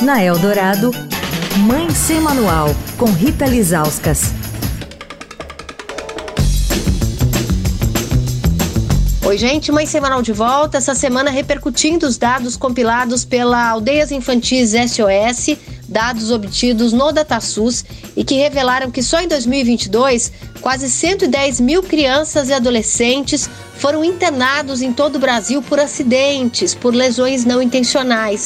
Na Eldorado, Mãe Sem Manual, com Rita Lizauskas. Oi, gente, Mãe Sem Manual de volta. Essa semana repercutindo os dados compilados pela Aldeias Infantis SOS, dados obtidos no DataSUS e que revelaram que só em 2022, quase 110 mil crianças e adolescentes foram internados em todo o Brasil por acidentes, por lesões não intencionais.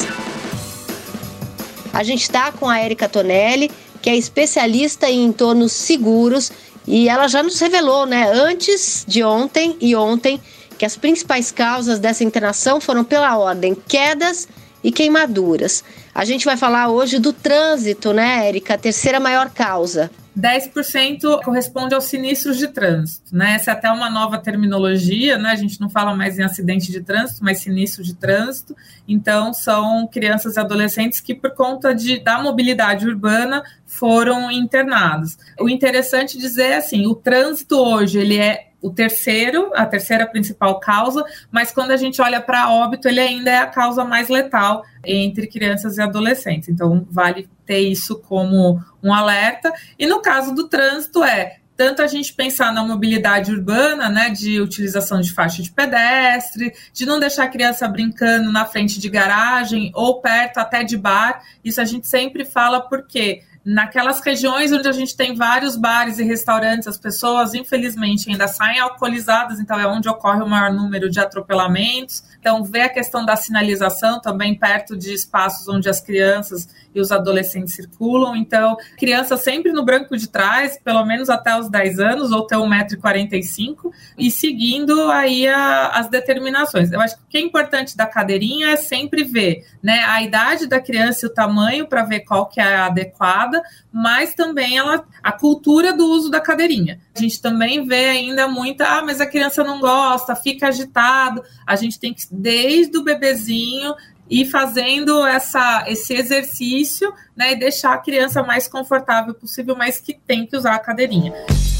A gente está com a Érica Tonelli, que é especialista em entornos seguros, e ela já nos revelou, antes de ontem e ontem, que as principais causas dessa internação foram pela ordem quedas e queimaduras. A gente vai falar hoje do trânsito, Érica? A terceira maior causa. 10% corresponde aos sinistros de trânsito, Essa é até uma nova terminologia, A gente não fala mais em acidente de trânsito, mas sinistro de trânsito. Então, são crianças e adolescentes que, por conta da mobilidade urbana, foram internados. O interessante dizer, assim, o trânsito hoje, ele é a terceira principal causa, mas quando a gente olha para óbito, ele ainda é a causa mais letal entre crianças e adolescentes. Então, vale ter isso como um alerta. E no caso do trânsito tanto a gente pensar na mobilidade urbana, de utilização de faixa de pedestre, de não deixar a criança brincando na frente de garagem ou perto até de bar. Isso a gente sempre fala porque naquelas regiões onde a gente tem vários bares e restaurantes, as pessoas, infelizmente, ainda saem alcoolizadas, então é onde ocorre o maior número de atropelamentos. Então, ver a questão da sinalização também perto de espaços onde as crianças e os adolescentes circulam. Então, criança sempre no banco de trás, pelo menos até os 10 anos, ou ter 1,45 m, e seguindo aí as determinações. Eu acho que o que é importante da cadeirinha é sempre ver, a idade da criança e o tamanho para ver qual que é a adequada, mas também a cultura do uso da cadeirinha. A gente também vê ainda muita, mas a criança não gosta, fica agitado. A gente tem que, desde o bebezinho, ir fazendo esse exercício, e deixar a criança mais confortável possível, mas que tem que usar a cadeirinha.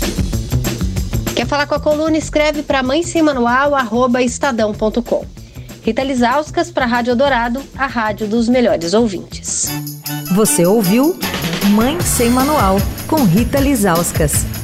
Quer falar com a coluna? Escreve para mãesemmanual@estadão.com. Rita Lizauskas para a Rádio Eldorado, a rádio dos melhores ouvintes. Você ouviu Mãe Sem Manual, com Rita Lizauskas.